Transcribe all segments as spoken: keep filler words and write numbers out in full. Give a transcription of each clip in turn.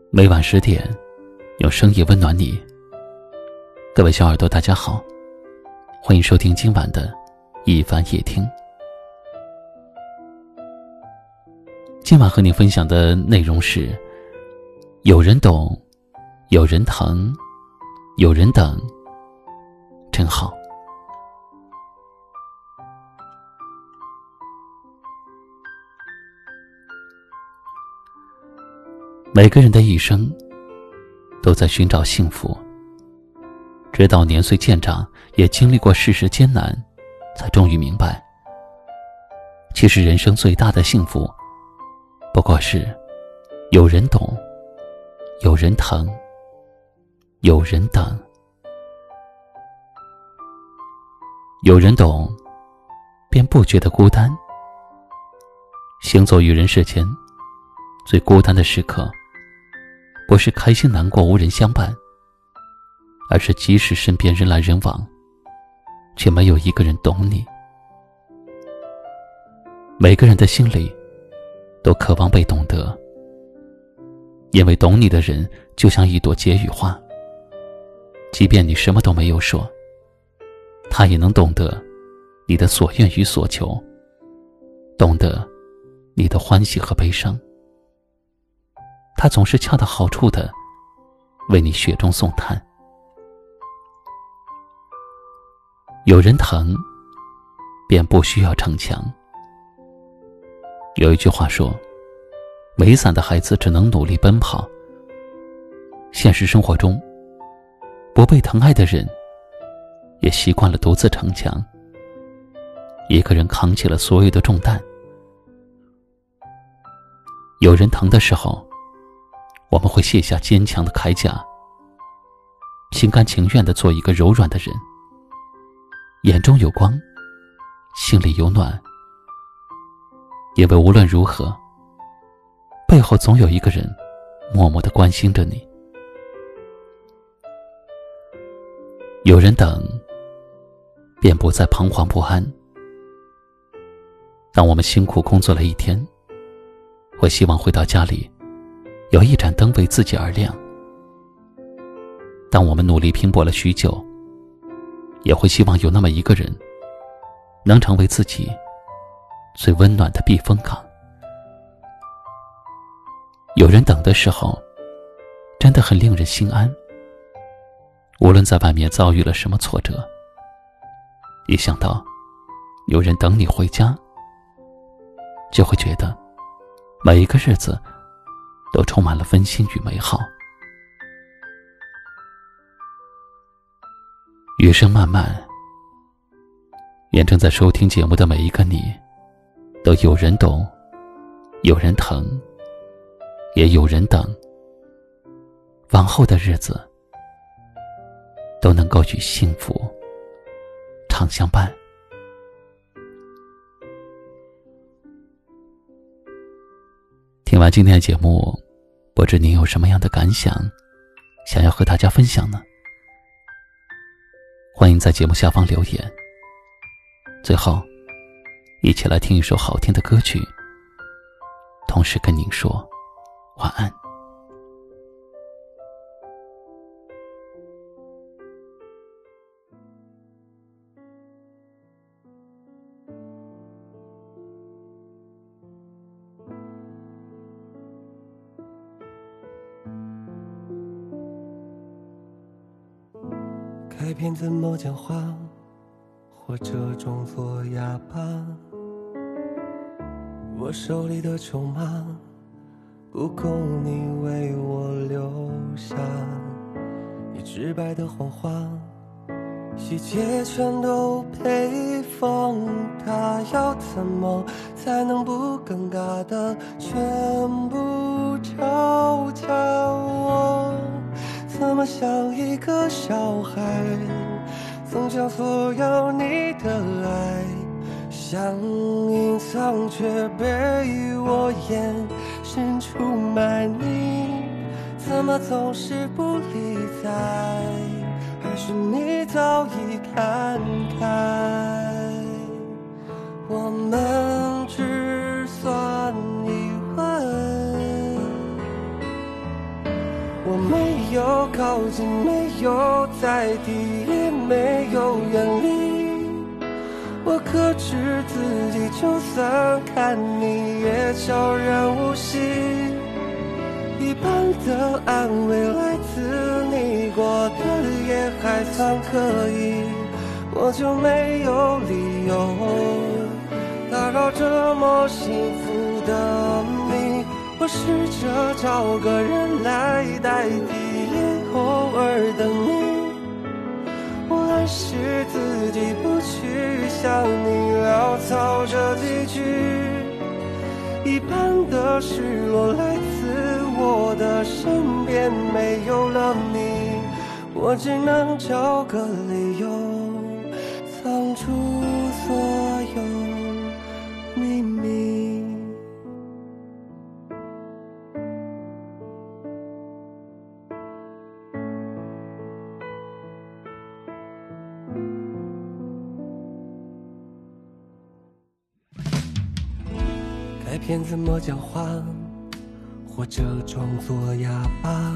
每晚十点，用声音温暖你。各位小耳朵大家好，欢迎收听今晚的一番夜听。今晚和你分享的内容是：有人懂，有人疼，有人等，真好。每个人的一生都在寻找幸福，直到年岁渐长，也经历过世事艰难，才终于明白，其实人生最大的幸福不过是有人懂，有人疼，有人等。有人懂，便不觉得孤单。行走于人世间，最孤单的时刻不是开心难过无人相伴，而是即使身边人来人往，却没有一个人懂你。每个人的心里都渴望被懂得，因为懂你的人就像一朵解语花，即便你什么都没有说，他也能懂得你的所愿与所求，懂得你的欢喜和悲伤。他总是恰到好处的为你雪中送炭。有人疼，便不需要逞强。有一句话说，没伞的孩子只能努力奔跑。现实生活中，不被疼爱的人也习惯了独自逞强，一个人扛起了所有的重担。有人疼的时候，我们会卸下坚强的铠甲，心甘情愿地做一个柔软的人，眼中有光，心里有暖。因为无论如何，背后总有一个人默默地关心着你。有人等，便不再彷徨不安。当我们辛苦工作了一天，会希望回到家里有一盏灯为自己而亮。当我们努力拼搏了许久，也会希望有那么一个人能成为自己最温暖的避风港。有人等的时候，真的很令人心安。无论在外面遭遇了什么挫折，一想到有人等你回家，就会觉得每一个日子都充满了温馨与美好。余生漫漫，愿正在收听节目的每一个你，都有人懂，有人疼，也有人等。往后的日子都能够与幸福常相伴。听完今天的节目，不知您有什么样的感想，想要和大家分享呢？欢迎在节目下方留言。最后，一起来听一首好听的歌曲，同时跟您说晚安。 开篇怎么讲话，或者装作哑巴。我手里的筹码不够你为我留下，你直白的谎话，细节全都被放大。要怎么才能不尴尬的全部招架？我怎么像一个小孩，总将所有你的爱想隐藏，却被我眼神出卖。你怎么总是不理睬？还是你早已看开？我们只算一吻， 近，没有在意，也没有远离。我克制自己，就算看你也悄然无息。一半的安慰来自你过得也还算可以，我就没有理由打扰这么幸福的你。我试着找个人来代替偶尔的你，我暗示自己不去向你潦草这几句。一半的失落来自我的身边没有了你，我只能找个理由藏住所有秘密。改变怎么讲话，或者装作哑巴。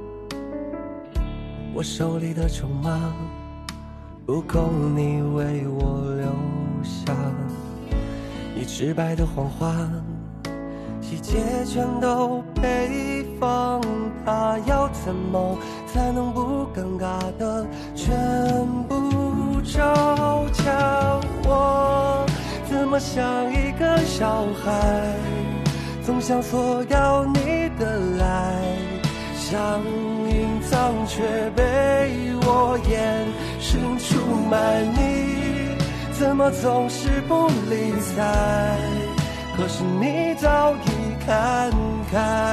我手里的筹码不够你为我留下，已直白的谎话，细节全都被放大。要怎么才能不尴尬的全部照讲？我怎么像一个小孩，总想索要你的爱，想隐藏却被我眼神出卖。你怎么总是不理睬？可是你早已看开，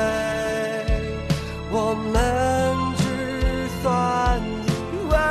我们只算意外。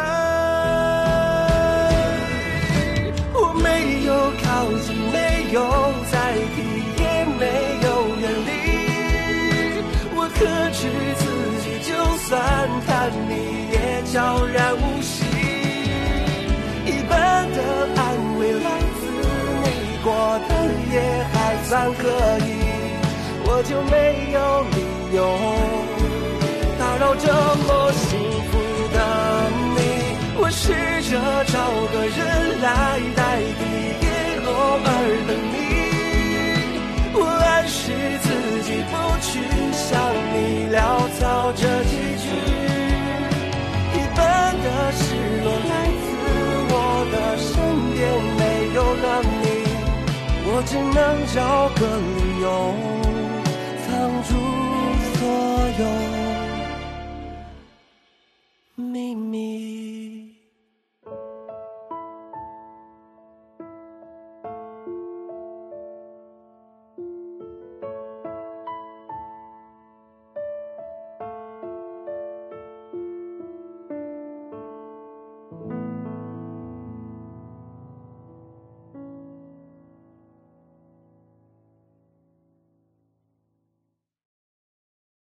我没有靠近，没有在意，也没有远离。我克制自己，就算看你也悄然无息。一半的安慰来自你过得也还算可以，我就没有理由打扰这么幸福的你。我试着找个人来代替偶尔的你，我暗示自己不去向你潦草这几句。一半的失落来自我的身边没有了你，我只能找个理由藏住所有